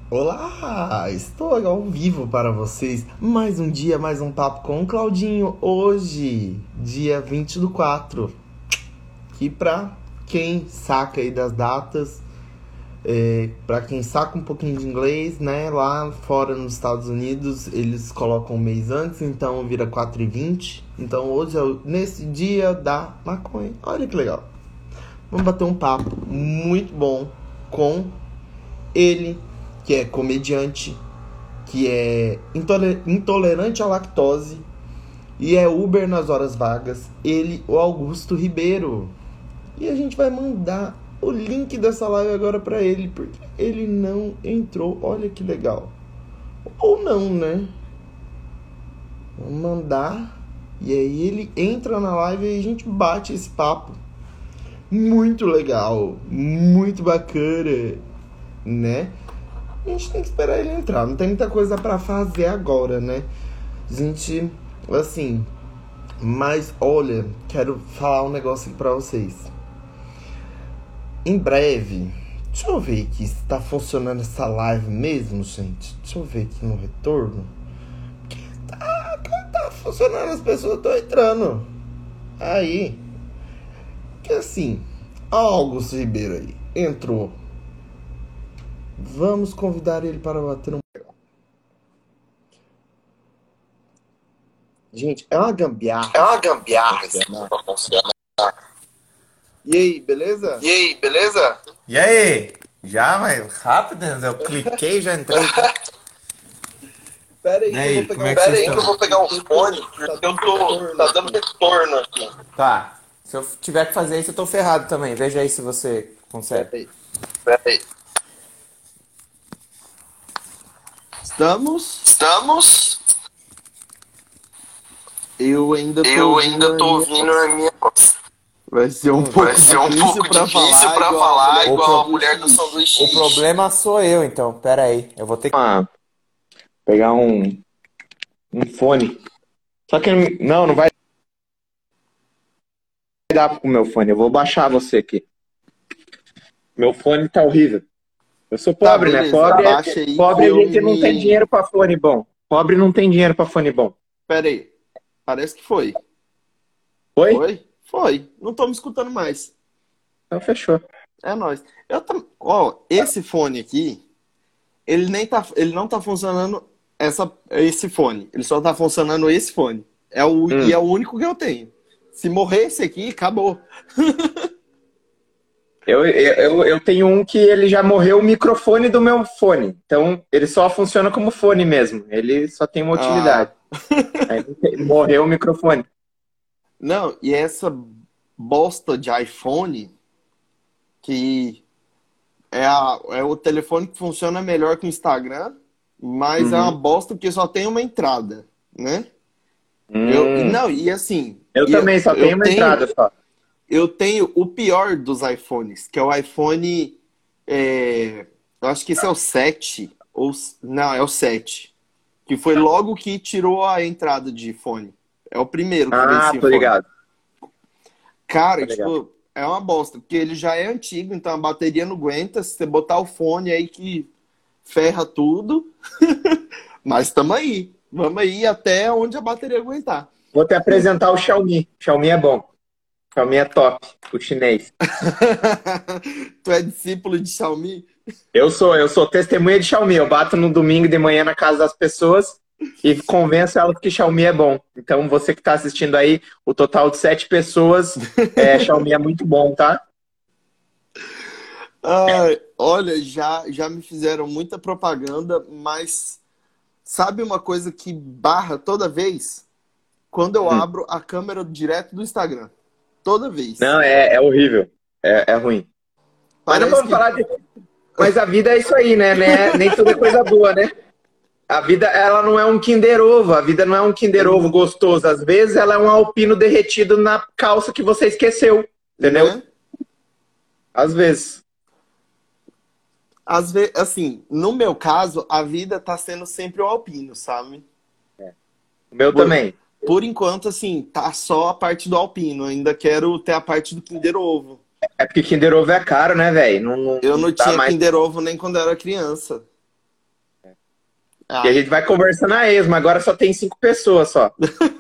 Olá, estou ao vivo para vocês. Mais um dia, mais um papo com o Claudinho. Hoje, dia 20 do 4. Que pra quem saca aí das datas, pra quem saca um pouquinho de inglês, né? Lá fora nos Estados Unidos, eles colocam um mês antes, então vira 4/20. Então hoje é nesse dia da maconha. Olha que legal. Vamos bater um papo muito bom com ele, que é comediante, que é intolerante à lactose e é Uber nas horas vagas. Ele, o Augusto Ribeiro. E a gente vai mandar o link dessa live agora pra ele, porque ele não entrou. Olha que legal. Ou não, né? Vamos mandar. E aí ele entra na live e a gente bate esse papo. Muito legal. Muito bacana. Né? A gente tem que esperar ele entrar. Não tem muita coisa pra fazer agora, né? Gente, assim... Mas, olha, quero falar um negócio aqui pra vocês. Em breve... Deixa eu ver aqui se tá funcionando essa live mesmo, gente. Deixa eu ver aqui no retorno. Porque tá funcionando, as pessoas estão entrando. Aí... Que assim... Ó, Augusto Ribeiro aí. Entrou. Vamos convidar ele para bater um... Gente, é uma gambiarra. É uma gambiarra isso Funciona. pra funcionar. E aí, beleza? E aí, beleza? E aí? Já, mas rápido, né? Eu cliquei e já entrei. Pera aí, E aí, que eu vou como é pegar que Pera vocês aí que eu estão? vou pegar um fone, porque eu tô... Tá dando retorno aqui. Tá. Se eu tiver que fazer isso, eu tô ferrado também. Veja aí se você consegue. Pera aí. Pera aí. Estamos? Estamos? Eu ainda Eu ainda tô ouvindo a minha... Vai ser um pouco Vai ser um pouco difícil pra falar igual a mulher do sanduíche. O problema sou eu, então. Pera aí. Eu vou ter que... Pegar um fone. Só que não vai dar pro meu fone. Eu vou baixar você aqui. Meu fone tá horrível. Eu sou pobre, beleza, né? Pobre, abaixa aí pobre que a gente eu não tem me- dinheiro pra fone bom. Pobre não tem dinheiro pra fone bom. Pera aí. Parece que foi. Oi? Foi? Foi. Não tô me escutando mais. Então fechou. É nóis. Ó, esse fone aqui, ele não tá funcionando esse fone. Ele só tá funcionando esse fone. E é o único que eu tenho. Se morrer esse aqui, acabou. Eu tenho um que ele já morreu o microfone do meu fone. Então ele só funciona como fone mesmo. Ele só tem uma utilidade. Aí morreu o microfone. Não, e essa bosta de iPhone, que é o telefone que funciona melhor que o Instagram, mas é uma bosta porque só tem uma entrada, né? Não, e assim... Eu também só tenho uma entrada só. Eu tenho o pior dos iPhones, que é o iPhone... eu acho que esse é o 7. Não, é o 7. Que foi logo que tirou a entrada de fone. É o primeiro que veio sem Tô fone. ligado. Cara, Tá ligado. tipo, é uma bosta, porque ele já é antigo, então a bateria não aguenta. Se você botar o fone aí que ferra tudo. Mas tamo aí. Vamos aí até onde a bateria aguentar. Vou te apresentar o Xiaomi. Xiaomi é bom. Xiaomi é top. O chinês. Tu é discípulo de Xiaomi? Eu sou testemunha de Xiaomi. Eu bato no domingo de manhã na casa das pessoas e convenço elas que Xiaomi é bom. Então, você que está assistindo aí, o total de 7 pessoas, Xiaomi é muito bom, tá? Ai, olha, já me fizeram muita propaganda, mas sabe uma coisa que barra toda vez? Quando eu abro a câmera direto do Instagram. Toda vez. Não, é horrível. É ruim. Mas não Parece vamos que- falar de... Mas a vida é isso aí, né? Nem tudo é coisa boa, né? A vida, ela não é um Kinder Ovo. A vida não é um Kinder Ovo gostoso. Às vezes, ela é um alpino derretido na calça que você esqueceu. Entendeu? Né? Às vezes. Às vezes, assim, no meu caso, a vida tá sendo sempre o alpino, sabe? O meu também. Por enquanto, assim, tá só a parte do alpino. Ainda quero ter a parte do Kinder Ovo. É porque Kinder Ovo é caro, né, velho? Eu não dá tinha mais. Kinder Ovo nem quando eu era criança. E a gente vai conversando a esmo. Agora só tem 5 pessoas só.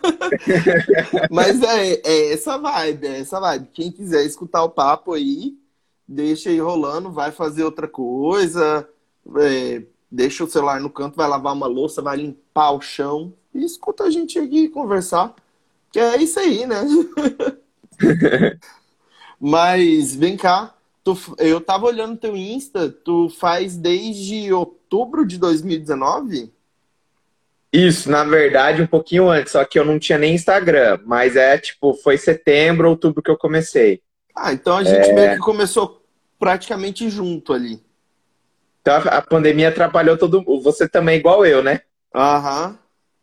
Mas é essa vibe, é essa vibe. Quem quiser escutar o papo aí, deixa aí rolando, vai fazer outra coisa, deixa o celular no canto, vai lavar uma louça, vai limpar o chão e escuta a gente aqui conversar. Que é isso aí, né? Mas vem cá, eu tava olhando teu Insta, tu faz desde outubro de 2019? Isso, na verdade, um pouquinho antes, só que eu não tinha nem Instagram, mas foi setembro, outubro que eu comecei. Ah, então a gente meio que começou praticamente junto ali. Então a pandemia atrapalhou você também igual eu, né? Aham.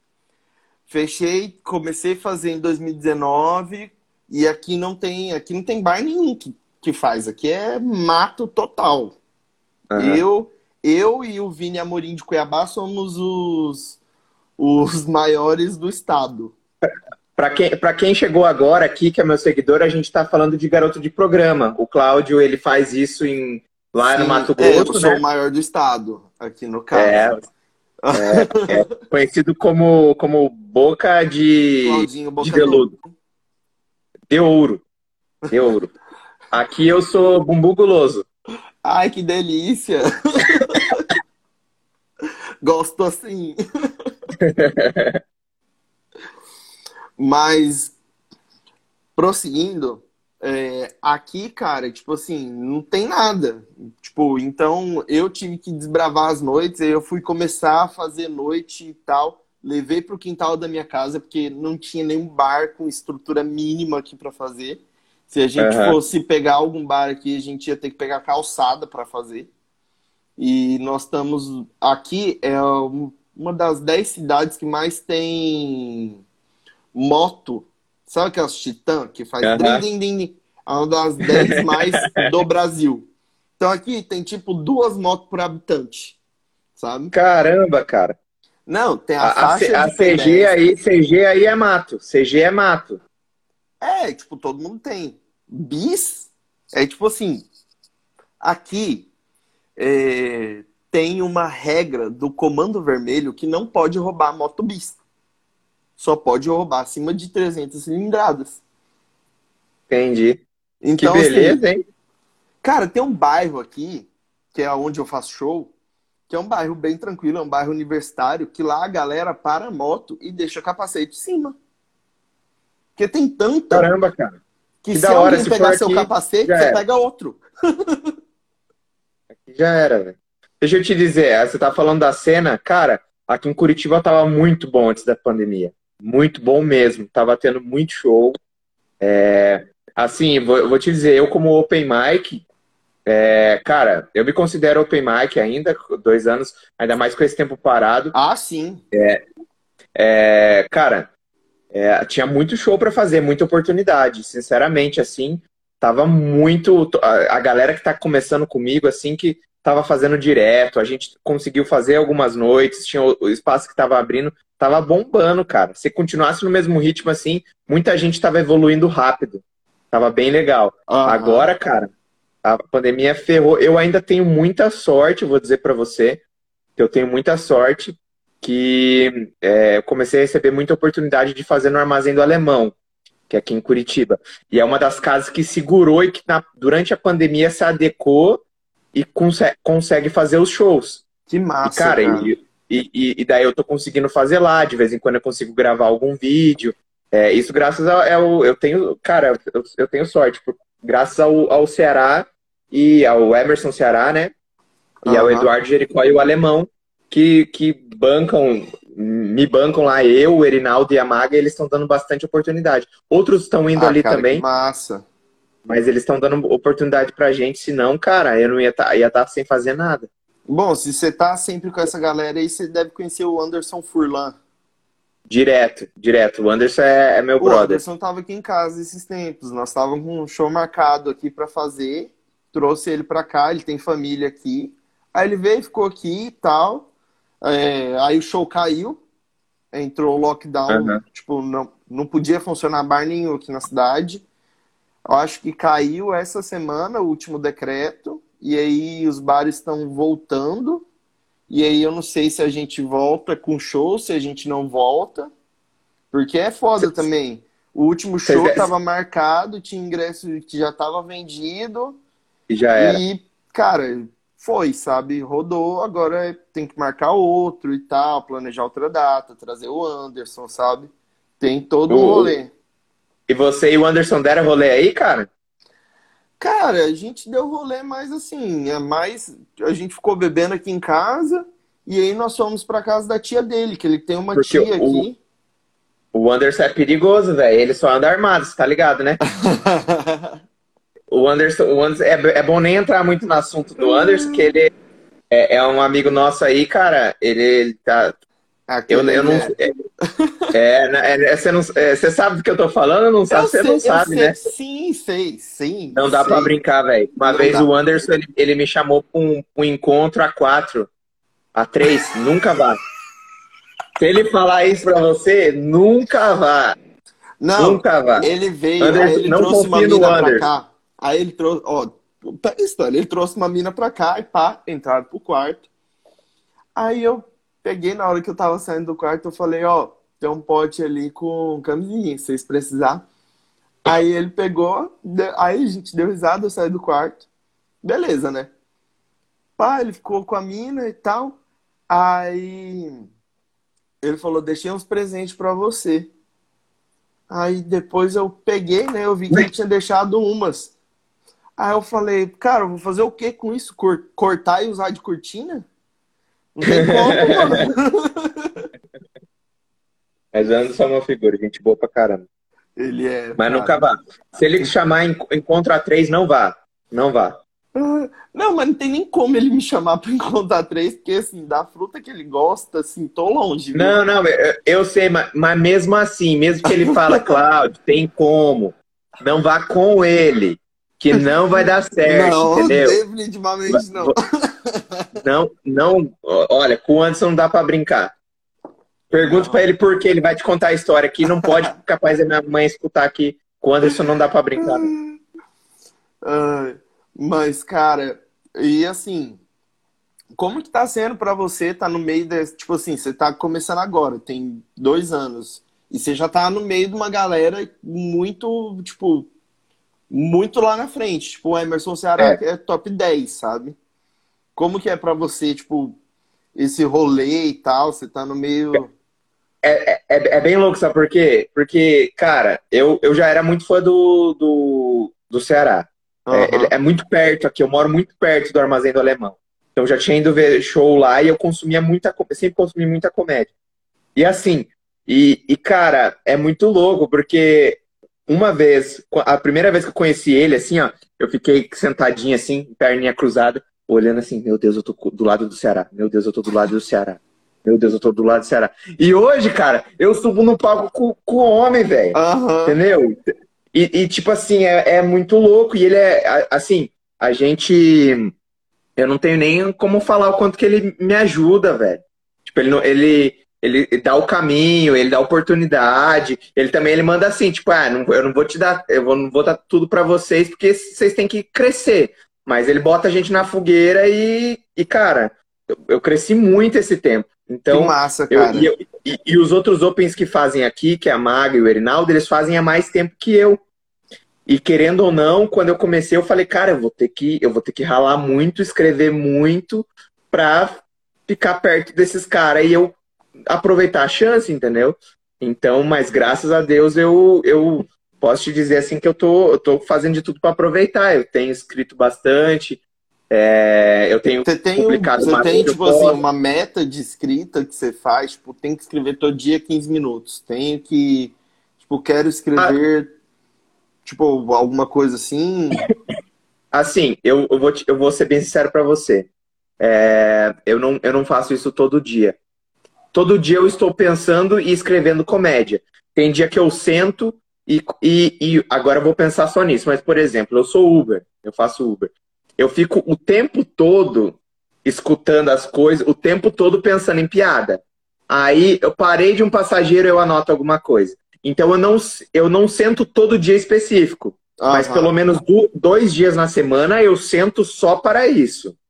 Comecei a fazer em 2019 e aqui não tem bar nenhum que faz, aqui é mato total. Aham. Eu e o Vini Amorim de Cuiabá somos os maiores do estado. Pra quem chegou agora aqui, que é meu seguidor, a gente tá falando de garoto de programa. O Cláudio, ele faz isso lá no Sim, Mato eu Grosso, sou né? o maior do estado, aqui no caso. É conhecido como boca Claudinho, de boca veludo. De ouro. De ouro. Aqui eu sou bumbum guloso. Ai, que delícia! Gosto assim. Mas, prosseguindo, aqui, cara, tipo assim, não tem nada. Tipo, então eu tive que desbravar as noites, aí eu fui começar a fazer noite e tal. Levei pro quintal da minha casa, porque não tinha nenhum bar com estrutura mínima aqui pra fazer. Se a gente Aham. fosse pegar algum bar aqui, a gente ia ter que pegar calçada pra fazer. E nós estamos. Aqui uma das 10 cidades que mais tem moto. Sabe aquelas Titan que faz drin, Aham. din, din, din? É uma das 10 mais do Brasil. Então aqui tem tipo 2 motos por habitante, sabe? Caramba, cara. Não, tem a A faixa de CG pedestre. aí é mato. CG é mato. Tipo, todo mundo tem. Bis é tipo assim, aqui tem uma regra do Comando Vermelho que não pode roubar moto bis. Só pode roubar acima de 300 cilindradas. Entendi. Que Então, assim, beleza, hein? cara, tem um bairro aqui, que é onde eu faço show, que é um bairro bem tranquilo, é um bairro universitário, que lá a galera para a moto e deixa capacete em cima. Porque tem tanta Caramba, cara. que Que se da hora. alguém Se for pegar seu aqui, capacete, já você era. pega outro. Já era, velho. Deixa eu te dizer, você tá falando da cena, cara, aqui em Curitiba tava muito bom antes da pandemia. Muito bom mesmo. Tava tendo muito show. Assim, vou te dizer, eu como open mic, cara, eu me considero open mic ainda, 2 anos, ainda mais com esse tempo parado. Ah, sim. Cara, tinha muito show pra fazer, muita oportunidade. Sinceramente, assim, tava muito. A galera que tá começando comigo, assim, que tava fazendo direto, a gente conseguiu fazer algumas noites, tinha o espaço que tava abrindo, tava bombando, cara. Se continuasse no mesmo ritmo, assim, muita gente tava evoluindo rápido. Tava bem legal. Aham. Agora, cara, a pandemia ferrou. Eu ainda tenho muita sorte, vou dizer pra você, que eu tenho muita sorte que eu comecei a receber muita oportunidade de fazer no Armazém do Alemão, que é aqui em Curitiba. E é uma das casas que segurou e que durante a pandemia se adequou e consegue fazer os shows. Que E, massa, cara, cara. e daí eu tô conseguindo fazer lá, de vez em quando eu consigo gravar algum vídeo. Isso graças eu tenho, cara, eu tenho sorte, graças ao Ceará e ao Emerson Ceará, né? E ao Aham. Eduardo Jericó e o Alemão, que me bancam lá, eu, o Erinaldo e a Maga, eles estão dando bastante oportunidade. Outros estão indo Ah, ali cara, que também, massa. mas eles estão dando oportunidade pra gente, senão, cara, eu não ia estar sem fazer nada. Bom, se você tá sempre com essa galera aí, você deve conhecer o Anderson Furlan. Direto, direto. O Anderson é meu O brother. Anderson tava aqui em casa esses tempos. Nós estávamos com um show marcado aqui pra fazer. Trouxe ele pra cá, ele tem família aqui. Aí ele veio, ficou aqui e tal. Aí o show caiu. Entrou o lockdown. Aham. Tipo, não podia funcionar bar nenhum aqui na cidade. Eu acho que caiu essa semana o último decreto. E aí os bares estão voltando. E aí eu não sei se a gente volta com show, se a gente não volta. Porque é foda também. O último show tava marcado, tinha ingresso que já tava vendido. E já era. E, cara, foi, sabe? Rodou, agora tem que marcar outro e tal, planejar outra data, trazer o Anderson, sabe? Tem todo um rolê. E você e o Anderson deram rolê aí, cara? Cara, a gente deu rolê mais assim, a gente ficou bebendo aqui em casa e aí nós fomos pra casa da tia dele, que ele tem uma Porque tia aqui. O Anderson é perigoso, velho. Ele só anda armado, você tá ligado, né? O Anderson é bom nem entrar muito no assunto do Anderson, que ele é um amigo nosso aí, cara. Ele tá. Eu não. Você sabe do que eu tô falando ou não sabe? Você não sabe, né? Sim, sei, sim. Não dá pra brincar, velho. Uma vez o Anderson, ele me chamou pra um encontro a 4, a 3. Nunca vá. Se ele falar isso pra você, nunca vá. Não, nunca vá. Ele veio, Anderson, aí ele não trouxe uma confie no mina pra Anderson. cá. Aí ele trouxe, ó, pega a história. Ele trouxe uma mina pra cá e pá, entraram pro quarto. Aí eu peguei, na hora que eu tava saindo do quarto, eu falei, ó, tem um pote ali com camisinha, se vocês precisar. Aí ele pegou, aí a gente deu risada, eu saí do quarto. Beleza, né? Pá, ele ficou com a mina e tal. Aí ele falou, deixei uns presentes pra você. Aí depois eu peguei, né? Eu vi que ele tinha deixado umas. Aí eu falei, cara, eu vou fazer o que com isso? Cortar e usar de cortina? Não tem como, mano. Mas o Anderson é uma figura, gente boa pra caramba. Ele é. Mas nunca vá. Se ele te chamar em encontro a 3, não vá. Não vá. Não, mas não tem nem como ele me chamar pra encontrar 3, porque assim, da fruta que ele gosta, assim, tô longe. Viu? Não, eu sei, mas mesmo assim, mesmo que ele fala, Cláudio, tem como. Não vá com ele, que não vai dar certo, não, entendeu? Definitivamente não. Não, olha, com o Anderson não dá pra brincar. Pergunta pra ele por que ele vai te contar a história aqui. Não pode, capaz da minha mãe escutar aqui. Com o Anderson não dá pra brincar. Mas, cara, e assim, como que tá sendo pra você tá no meio desse, tipo assim, você tá começando agora, tem 2 anos, e você já tá no meio de uma galera muito, tipo, muito lá na frente, tipo, o Emerson Ceará é top 10, sabe? Como que é pra você, tipo, esse rolê e tal, você tá no meio... É bem louco, sabe por quê? Porque, cara, eu já era muito fã do Ceará. Ele é muito perto aqui, eu moro muito perto do Armazém do Alemão. Então eu já tinha ido ver show lá e eu sempre consumi muita comédia. E assim, cara, é muito louco, porque a primeira vez que eu conheci ele, assim, ó, eu fiquei sentadinho assim, perninha cruzada, olhando assim, meu Deus, eu tô do lado do Ceará. Meu Deus, eu tô do lado do Ceará. Meu Deus, eu tô do lado do Ceará. E hoje, cara, eu subo no palco com o homem, velho. Entendeu? E tipo assim, é muito louco. E ele assim, a gente... Eu não tenho nem como falar o quanto que ele me ajuda, velho. Tipo, ele dá o caminho, ele dá a oportunidade. Ele manda assim, tipo, eu não vou te dar... não vou dar tudo pra vocês, porque vocês têm que crescer. Mas ele bota a gente na fogueira e cara, eu cresci muito esse tempo. Então, que massa, cara. E os outros opens que fazem aqui, que é a Maga e o Erinaldo, eles fazem há mais tempo que eu. E querendo ou não, quando eu comecei, eu falei, cara, eu vou ter que ralar muito, escrever muito pra ficar perto desses caras e eu aproveitar a chance, entendeu? Então, mas graças a Deus eu posso te dizer assim que eu tô fazendo de tudo pra aproveitar. Eu tenho escrito bastante. Eu tenho publicado Você tem, tipo assim, uma meta de escrita que você faz, tipo, tem que escrever todo dia 15 minutos. Tenho que, tipo, quero escrever, tipo, alguma coisa assim. Assim, eu vou ser bem sincero pra você. Eu não faço isso todo dia. Todo dia eu estou pensando e escrevendo comédia. Tem dia que eu sento e agora eu vou pensar só nisso. Mas, por exemplo, eu sou Uber, eu faço Uber. Eu fico o tempo todo escutando as coisas, o tempo todo pensando em piada. Aí eu parei de um passageiro, eu anoto alguma coisa. Então eu não sento todo dia específico. Mas pelo menos 2 dias na semana eu sento só para isso.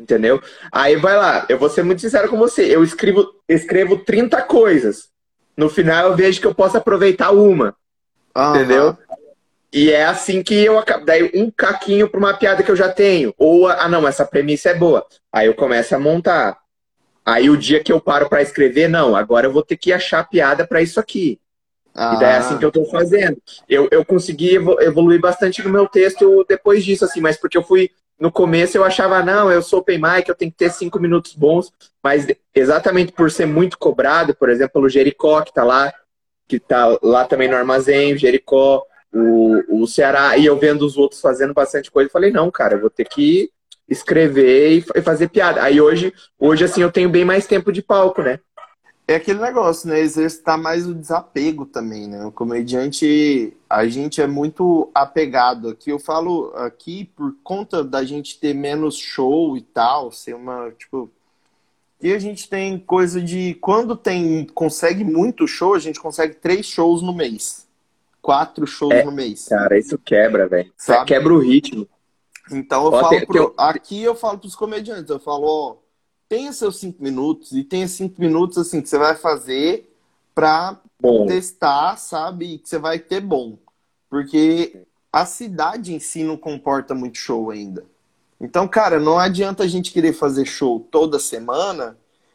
entendeu? Aí vai lá, eu vou ser muito sincero com você, eu escrevo 30 coisas. No final eu vejo que eu posso aproveitar uma, entendeu? E é assim que eu acabo. Daí um caquinho pra uma piada que eu já tenho. Ou, não, essa premissa é boa. Aí eu começo a montar. Aí o dia que eu paro pra escrever, não, agora eu vou ter que achar piada pra isso aqui. E daí é assim que eu tô fazendo. Eu consegui evoluir bastante no meu texto depois disso, assim, mas porque eu fui. No começo eu achava, não, eu sou open mic, eu tenho que ter 5 minutos bons. Mas exatamente por ser muito cobrado, por exemplo, pelo Jericó, que tá lá também no Armazém, o Jericó. O Ceará, e eu vendo os outros fazendo bastante coisa, eu falei, não, cara, eu vou ter que escrever e fazer piada. Aí hoje, assim, eu tenho bem mais tempo de palco, né? É aquele negócio, né? Exercitar mais o desapego também, né? O comediante, a gente é muito apegado aqui. Eu falo aqui por conta da gente ter menos show e tal, ser uma, tipo... E a gente tem coisa de... Quando consegue muito show, a gente consegue 3 shows no mês. 4 shows no mês. Cara, isso quebra, velho. Isso quebra o ritmo. Então aqui eu falo pros comediantes, eu falo, ó, tenha seus 5 minutos e tenha 5 minutos assim que você vai fazer pra testar, sabe? E que você vai ter bom. Porque a cidade em si não comporta muito show ainda. Então, cara, não adianta a gente querer fazer show toda semana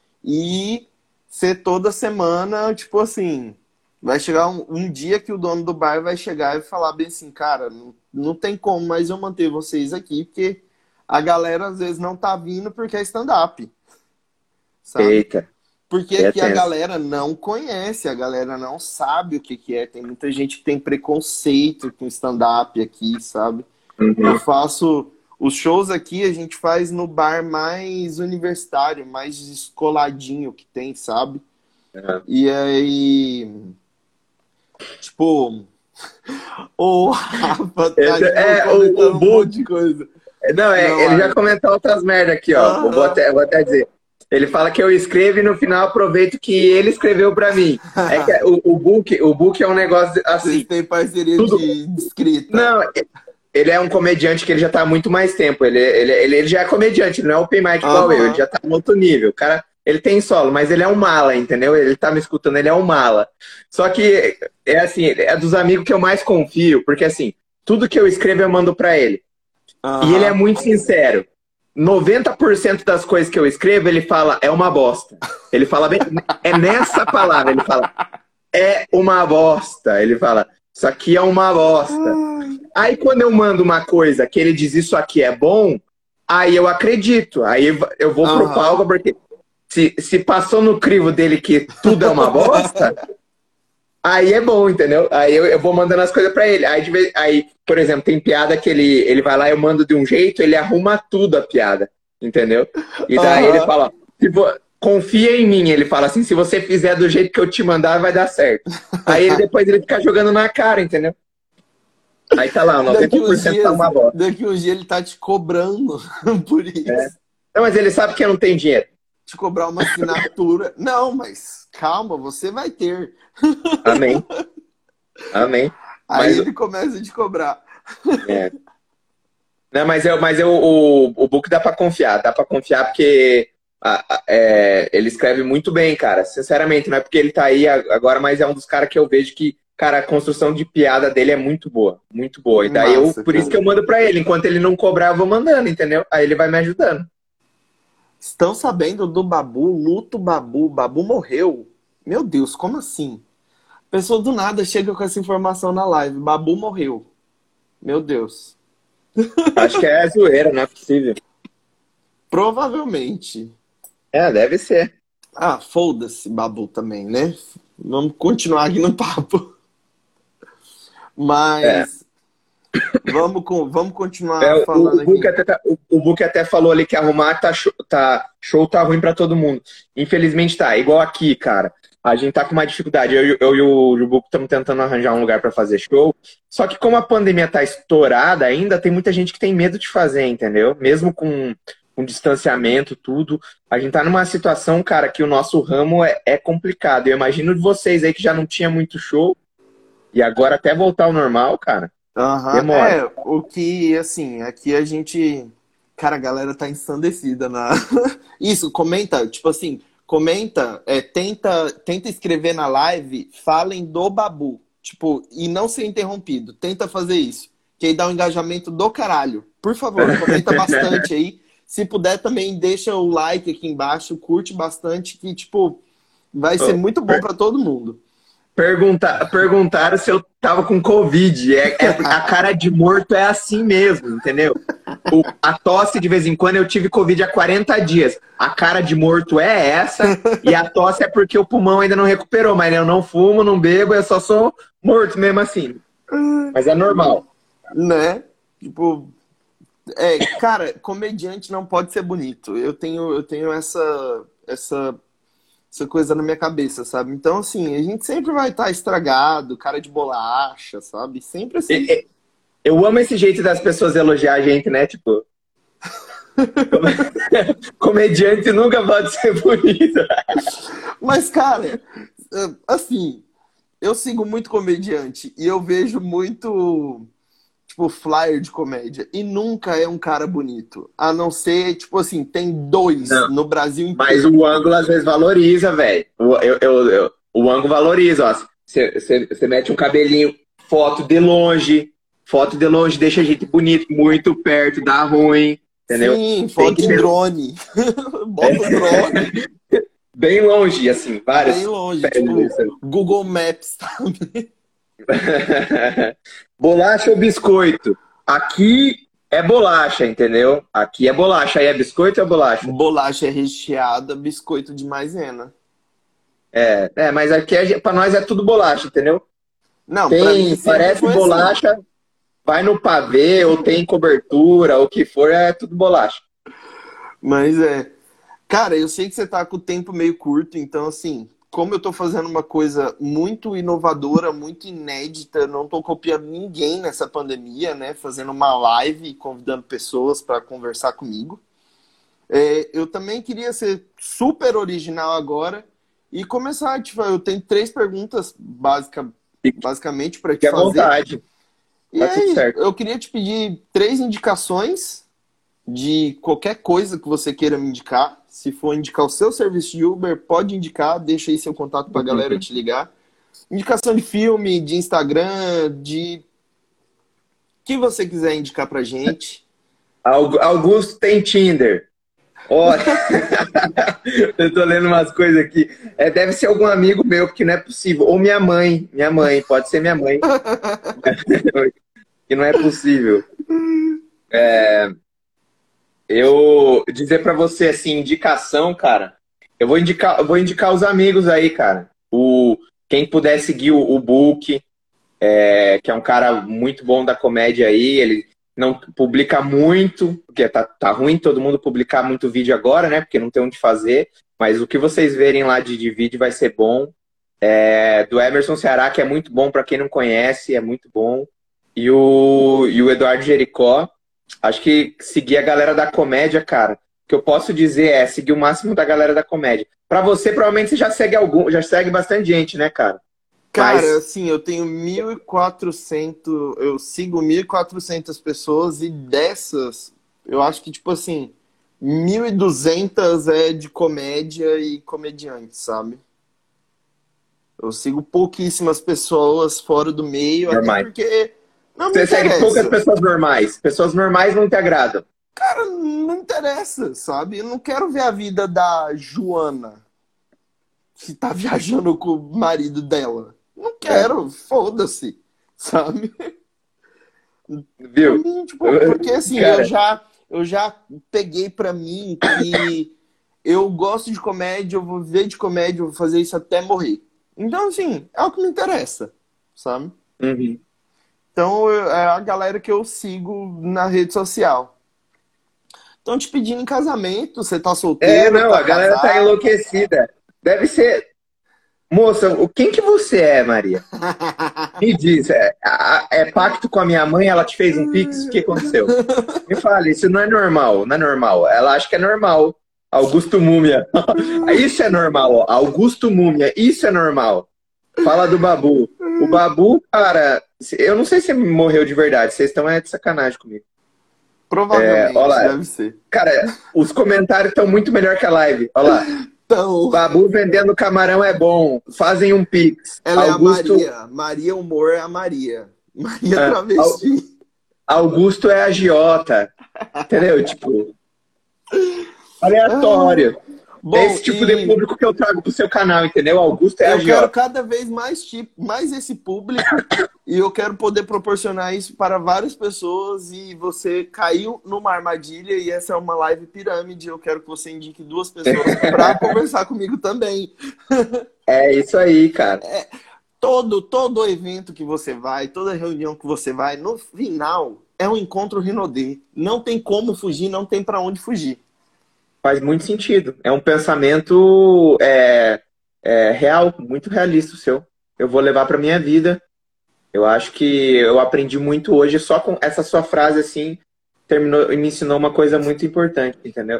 e ser toda semana, tipo assim... Vai chegar um dia que o dono do bar vai chegar e falar bem assim, cara, não tem como mais eu manter vocês aqui, porque a galera às vezes não tá vindo porque é stand-up. Sabe? Eita. Porque aqui a galera não conhece, a galera não sabe o que é. Tem muita gente que tem preconceito com stand-up aqui, sabe? Eu faço... Os shows aqui a gente faz no bar mais universitário, mais descoladinho que tem, sabe? E aí... Tipo, o Rafa tá comentando um monte de coisa. Não, ele já comentou outras merda aqui, ó. Vou até dizer. Ele fala que eu escrevo e no final aproveito que ele escreveu pra mim. É que o Book é um negócio assim. Vocês têm parceria de escrita. Não, ele é um comediante que ele já tá há muito mais tempo. Ele já é comediante, não é open mic igual eu. Ele já tá no outro nível. O cara... Ele tem solo, mas ele é um mala, entendeu? Ele tá me escutando, ele é um mala. Só que, é assim, é dos amigos que eu mais confio, porque assim, tudo que eu escrevo eu mando pra ele. E ele é muito sincero. 90% das coisas que eu escrevo, ele fala, é uma bosta. Ele fala bem, é nessa palavra, ele fala, é uma bosta. Ele fala, isso aqui é uma bosta. Aí quando eu mando uma coisa que ele diz, isso aqui é bom, aí eu acredito. Aí eu vou pro palco, porque... Se passou no crivo dele que tudo é uma bosta, aí é bom, entendeu? Aí eu vou mandando as coisas pra ele. Aí, por exemplo, tem piada que ele vai lá, eu mando de um jeito, ele arruma tudo a piada, entendeu? E daí ele fala, confia em mim, ele fala assim, se você fizer do jeito que eu te mandar, vai dar certo. Aí depois ele fica jogando na cara, entendeu? Aí tá lá, 90% tá uma bosta. Daqui uns dias ele tá te cobrando por isso. Não, mas ele sabe que eu não tenho dinheiro. Te cobrar uma assinatura. Não, mas calma, você vai ter. Amém. Amém. Aí ele começa a te cobrar. Não, mas o Book dá pra confiar porque ele escreve muito bem, cara. Sinceramente, não é porque ele tá aí agora, mas é um dos caras que eu vejo que, cara, a construção de piada dele é muito boa. Muito boa. E daí por isso que eu mando pra ele. Enquanto ele não cobrar, eu vou mandando, entendeu? Aí ele vai me ajudando. Estão sabendo do Babu? Luto Babu. Babu morreu. Meu Deus, como assim? A pessoa do nada chega com essa informação na live. Babu morreu. Meu Deus. Acho que é zoeira, não é possível. Provavelmente. Deve ser. Foda-se, Babu também, né? Vamos continuar aqui no papo. Mas... Vamos continuar falando o Book até falou ali que arrumar show tá ruim pra todo mundo. Infelizmente tá, igual aqui, cara. A gente tá com uma dificuldade. Eu e o Book estamos tentando arranjar um lugar pra fazer show. Só que como a pandemia tá estourada ainda, tem muita gente que tem medo de fazer, entendeu? Mesmo com distanciamento, tudo. A gente tá numa situação, cara, que o nosso ramo é complicado. Eu imagino de vocês aí que já não tinha muito show. E agora até voltar ao normal, cara. O que, assim, aqui a gente Cara, a galera tá ensandecida na. Isso, comenta, tipo assim, comenta, tenta escrever na live, falem do Babu. Tipo, e não ser interrompido. Tenta fazer isso. Que aí dá um engajamento do caralho. Por favor, comenta bastante aí. Se puder também, deixa o like aqui embaixo, curte bastante, que, tipo, vai ser muito bom pra todo mundo. Perguntaram se eu tava com Covid. A cara de morto é assim mesmo, entendeu? A tosse, de vez em quando, eu tive Covid há 40 dias. A cara de morto é essa, e a tosse é porque o pulmão ainda não recuperou. Mas eu não fumo, não bebo, eu só sou morto mesmo assim. Mas é normal. Né? Tipo, cara, comediante não pode ser bonito. Eu tenho essa coisa na minha cabeça, sabe? Então, assim, a gente sempre vai estar estragado, cara de bolacha, sabe? Sempre assim. Eu amo esse jeito das pessoas elogiar a gente, né? Tipo, comediante nunca pode ser bonito. Mas, cara, assim, eu sigo muito comediante e eu vejo muito, tipo, flyer de comédia. E nunca é um cara bonito. A não ser, tipo assim, tem dois no Brasil inteiro. Mas o ângulo às vezes valoriza, velho. O ângulo valoriza, ó. Você mete um cabelinho, foto de longe deixa a gente bonito, muito perto, dá ruim, entendeu? Sim, foto em drone. Bota o drone. Bem longe, assim, várias. Bem longe, tipo, Google Maps, sabe? Bolacha ou biscoito? Aqui é bolacha, entendeu? Aqui é bolacha. Aí é biscoito ou é bolacha? Bolacha é recheada, biscoito de maisena. Mas aqui pra nós é tudo bolacha, entendeu? Não, pra mim parece bolacha, assim. Vai no pavê, ou tem cobertura, ou o que for, é tudo bolacha. Mas cara, eu sei que você tá com o tempo meio curto, então assim, como eu tô fazendo uma coisa muito inovadora, muito inédita, não tô copiando ninguém nessa pandemia, né? Fazendo uma live, convidando pessoas para conversar comigo. Eu também queria ser super original agora e começar, tipo, eu tenho 3 perguntas basicamente para te fazer. À vontade. E aí, eu queria te pedir 3 indicações de qualquer coisa que você queira me indicar. Se for indicar o seu serviço de Uber, pode indicar, deixa aí seu contato pra galera te ligar. Indicação de filme, de Instagram, de... o que você quiser indicar pra gente. Augusto tem Tinder. Olha, eu tô lendo umas coisas aqui. Deve ser algum amigo meu, porque não é possível. Ou minha mãe, pode ser minha mãe. Que não é possível. Eu dizer pra você, assim, indicação, cara. Eu vou indicar os amigos aí, cara. Quem puder seguir o Book, que é um cara muito bom da comédia aí. Ele não publica muito, porque tá ruim todo mundo publicar muito vídeo agora, né? Porque não tem onde fazer. Mas o que vocês verem lá de vídeo vai ser bom. Do Emerson Ceará, que é muito bom pra quem não conhece, é muito bom. E o Eduardo Jericó. Acho que seguir a galera da comédia, cara, o que eu posso dizer é seguir o máximo da galera da comédia. Pra você, provavelmente você já segue bastante gente, né, cara? Cara, assim, eu tenho 1.400, eu sigo 1.400 pessoas e dessas, eu acho que, tipo assim, 1.200 é de comédia e comediante, sabe? Eu sigo pouquíssimas pessoas fora do meio, Normais. Até porque... não me Você segue interessa. poucas pessoas normais. Pessoas normais não te agradam. Cara, não interessa, sabe? Eu não quero ver a vida da Joana, que tá viajando com o marido dela. Não quero, foda-se, sabe? Viu? Pra mim, tipo, porque assim, Cara, eu já peguei pra mim que eu gosto de comédia, eu vou viver de comédia, eu vou fazer isso até morrer. Então, assim, é o que me interessa, sabe? Uhum. Então, é a galera que eu sigo na rede social. Estão te pedindo em casamento, você tá solteiro, não, tá a galera casado. tá enlouquecida. Deve ser... Moça, quem que você é, Maria? Me diz, é pacto com a minha mãe? Ela te fez um pix? O que aconteceu? Me fala, isso não é normal, não é normal. Ela acha que é normal. Augusto Múmia. Isso é normal, ó. Augusto Múmia, isso é normal. Fala do Babu. O Babu, cara, eu não sei se ele morreu de verdade. Vocês estão de sacanagem comigo. Provavelmente, Olha lá. deve ser. Cara, os comentários estão muito melhor que a live. Olha lá. Então, Babu vendendo camarão é bom. Fazem um pix. ela Augusto, é a Maria. Maria Humor é a Maria. Maria Ah, Travesti. Augusto é agiota. Entendeu? Tipo, aleatório. Bom, É esse tipo de público que eu trago pro seu canal, entendeu? Augusto é eu quero agiota. cada vez mais esse público e eu quero poder proporcionar isso para várias pessoas e você caiu numa armadilha e essa é uma live pirâmide. Eu quero que você indique 2 pessoas para conversar comigo também. É isso aí, cara. Todo evento que você vai, toda reunião que você vai, no final é um encontro Rinodê. Não tem como fugir, não tem para onde fugir. Faz muito sentido. É um pensamento real, muito realista o seu. Eu vou levar pra minha vida. Eu acho que eu aprendi muito hoje só com essa sua frase assim, terminou e me ensinou uma coisa muito importante, entendeu?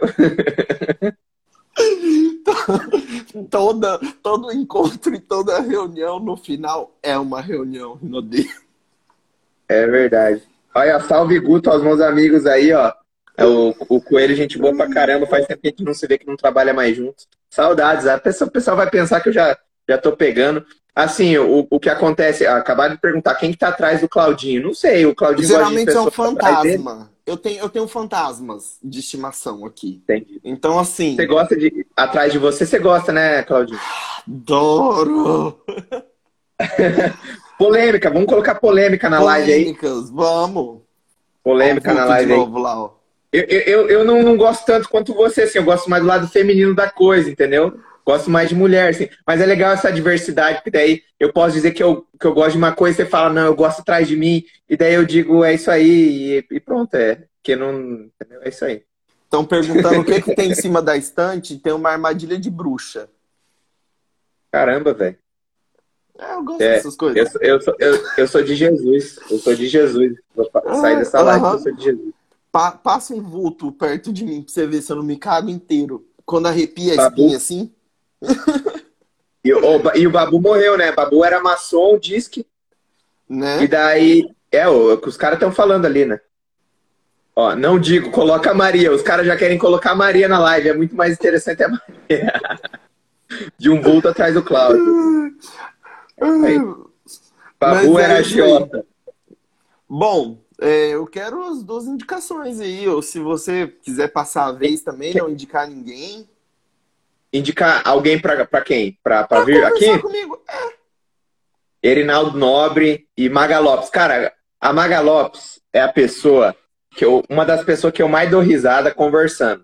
Todo encontro e toda reunião, no final, é uma reunião Rinodê. É verdade. Olha, salve Guto aos meus amigos aí, ó. O Coelho, gente boa pra caramba. Faz tempo que a gente não se vê, que não trabalha mais juntos. Saudades. O pessoal vai pensar que eu já tô pegando. Assim, o que acontece... Acabaram de perguntar quem que tá atrás do Claudinho. Não sei, o Claudinho Geralmente é um gosta de pessoas atrás dele. fantasma. Eu tenho fantasmas de estimação aqui. Entendi. Então, assim... Você gosta de... Atrás de você gosta, né, Claudinho? Adoro! Polêmica. Vamos colocar polêmica na live aí. Polêmicas, vamos! Polêmica na live de aí. novo lá, ó. Eu não gosto tanto quanto você, assim. Eu gosto mais do lado feminino da coisa, entendeu? Gosto mais de mulher, assim. Mas é legal essa diversidade, porque daí eu posso dizer que eu gosto de uma coisa e você fala, não, eu gosto atrás de mim. E daí eu digo, é isso aí. E pronto, que não... Entendeu? É isso aí. Estão perguntando o que tem em cima da estante. Tem uma armadilha de bruxa. Caramba, velho. Eu gosto dessas coisas. Eu sou de Jesus. Eu sou de Jesus. Vou sair dessa live que eu sou de Jesus. Passa um vulto perto de mim pra você ver se eu não me cago inteiro. Quando arrepia a Babu. espinha assim. E o Babu morreu, né? Babu era maçom, disque. Né? E daí... o que os caras estão falando ali, né? Ó, não digo, coloca a Maria. Os caras já querem colocar a Maria na live. É muito mais interessante a Maria. De um vulto atrás do Cláudio. Aí. Babu era agiota. Bom, eu quero as 2 indicações aí. Ou se você quiser passar a vez também, não indicar ninguém. Indicar alguém pra quem? Pra vir aqui? Comigo. Erinaldo Nobre e Maga Lopes. Cara, a Maga Lopes é a pessoa uma das pessoas que eu mais dou risada conversando.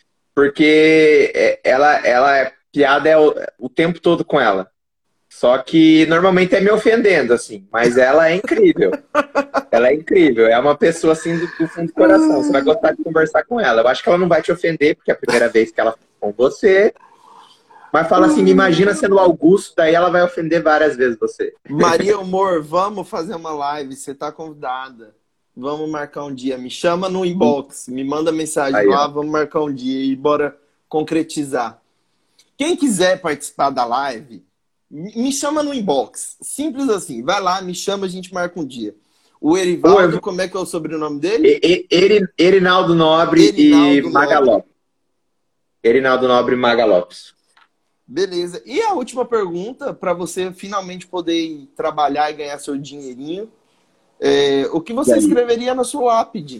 Porque ela piada o tempo todo com ela. Só que normalmente é me ofendendo, assim. Mas ela é incrível. Ela é incrível. É uma pessoa, assim, do fundo do coração. Você vai gostar de conversar com ela. Eu acho que ela não vai te ofender, porque é a primeira vez que ela fala com você. Mas fala assim, me imagina sendo o Augusto, daí ela vai ofender várias vezes você. Maria Humor, vamos fazer uma live. Você tá convidada. Vamos marcar um dia. Me chama no inbox. Me manda mensagem Aí, lá. ó. Vamos marcar um dia e bora concretizar. Quem quiser participar da live, me chama no inbox. Simples assim. Vai lá, me chama, a gente marca um dia. O Erivaldo, como é que é o sobrenome dele? Erinaldo Nobre e Maga Lopes. Erinaldo Nobre e Maga Lopes. Beleza. E a última pergunta, para você finalmente poder ir trabalhar e ganhar seu dinheirinho. O que você escreveria na sua lápide?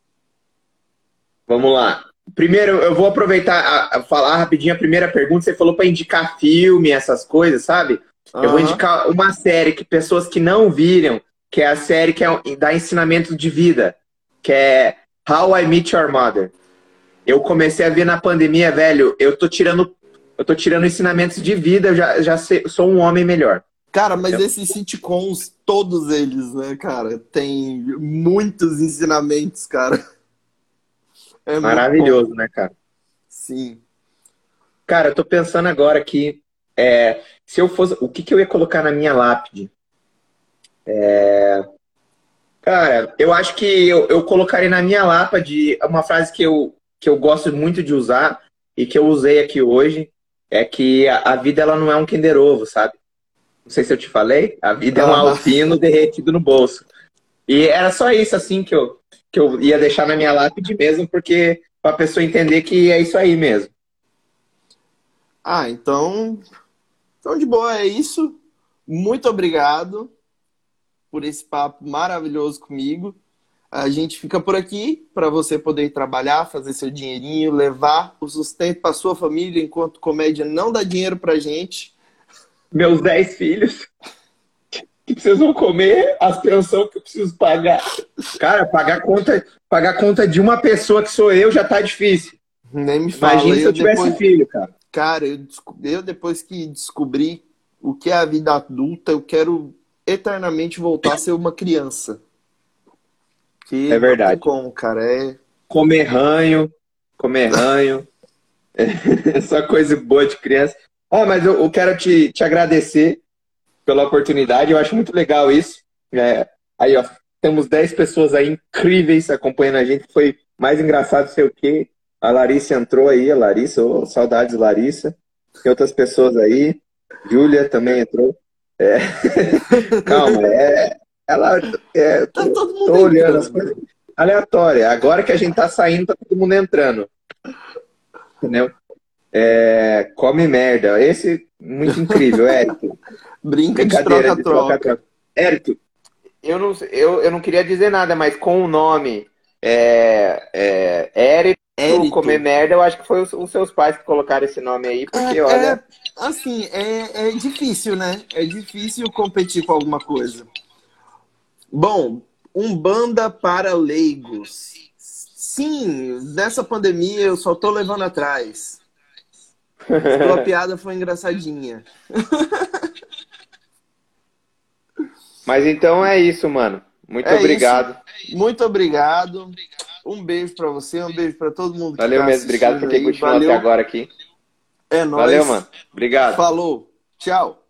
Vamos lá. Primeiro, eu vou aproveitar a falar rapidinho a primeira pergunta. Você falou para indicar filme, essas coisas, sabe? Eu vou indicar uma série que pessoas que não viram, que é a série que dá ensinamento de vida, que é How I Met Your Mother. Eu comecei a ver na pandemia, velho. Eu tô tirando ensinamentos de vida. Eu já sou um homem melhor. Cara, mas esses sitcoms, todos eles, né, cara, tem muitos ensinamentos, cara. É maravilhoso, né, cara? Sim. Cara, eu tô pensando agora que se eu fosse... O que eu ia colocar na minha lápide? Cara, eu acho que eu colocaria na minha lápide uma frase que eu gosto muito de usar e que eu usei aqui hoje, é que a vida ela não é um Kinder Ovo, sabe? Não sei se eu te falei. A vida é um alpino derretido no bolso. E era só isso, assim, que que eu ia deixar na minha lápide mesmo, porque pra pessoa entender que é isso aí mesmo. Ah, então de boa, é isso. Muito obrigado por esse papo maravilhoso comigo. A gente fica por aqui para você poder ir trabalhar, fazer seu dinheirinho, levar o sustento para sua família, enquanto comédia não dá dinheiro pra gente. Meus 10 filhos que precisam comer, as pensões que eu preciso pagar. Cara, pagar conta de uma pessoa que sou eu já tá difícil. Nem me fala. Imagina se eu tivesse filho, cara. Cara, eu depois que descobri o que é a vida adulta, eu quero eternamente voltar a ser uma criança. Que É verdade. Não tem como, cara. Comer ranho. É só coisa boa de criança. Mas eu quero te agradecer pela oportunidade. Eu acho muito legal isso. Aí, ó, temos 10 pessoas aí incríveis acompanhando a gente. Foi mais engraçado sei o quê. A Larissa entrou aí, saudades, Larissa. Tem outras pessoas aí. Júlia também entrou. Calma, Tá todo mundo tô olhando entrando. as coisas aleatórias. Agora que a gente tá saindo, tá todo mundo entrando. Entendeu? Come merda. Esse, muito incrível, Érico. Brinca de Brincadeira troca-troca. Érico, eu não queria dizer nada, mas com o nome Érico Comer Merda, eu acho que foi os seus pais que colocaram esse nome aí, porque olha... Assim, é difícil, né? É difícil competir com alguma coisa. Bom, Umbanda para leigos. Sim, nessa pandemia eu só tô levando atrás. Sua piada foi engraçadinha. Mas então é isso, mano. Muito obrigado. Isso. Muito obrigado. Um beijo pra você, um beijo pra todo mundo que Valeu tá mesmo, obrigado por quem continuou até agora aqui. É nóis. Valeu, mano. Obrigado. Falou. Tchau.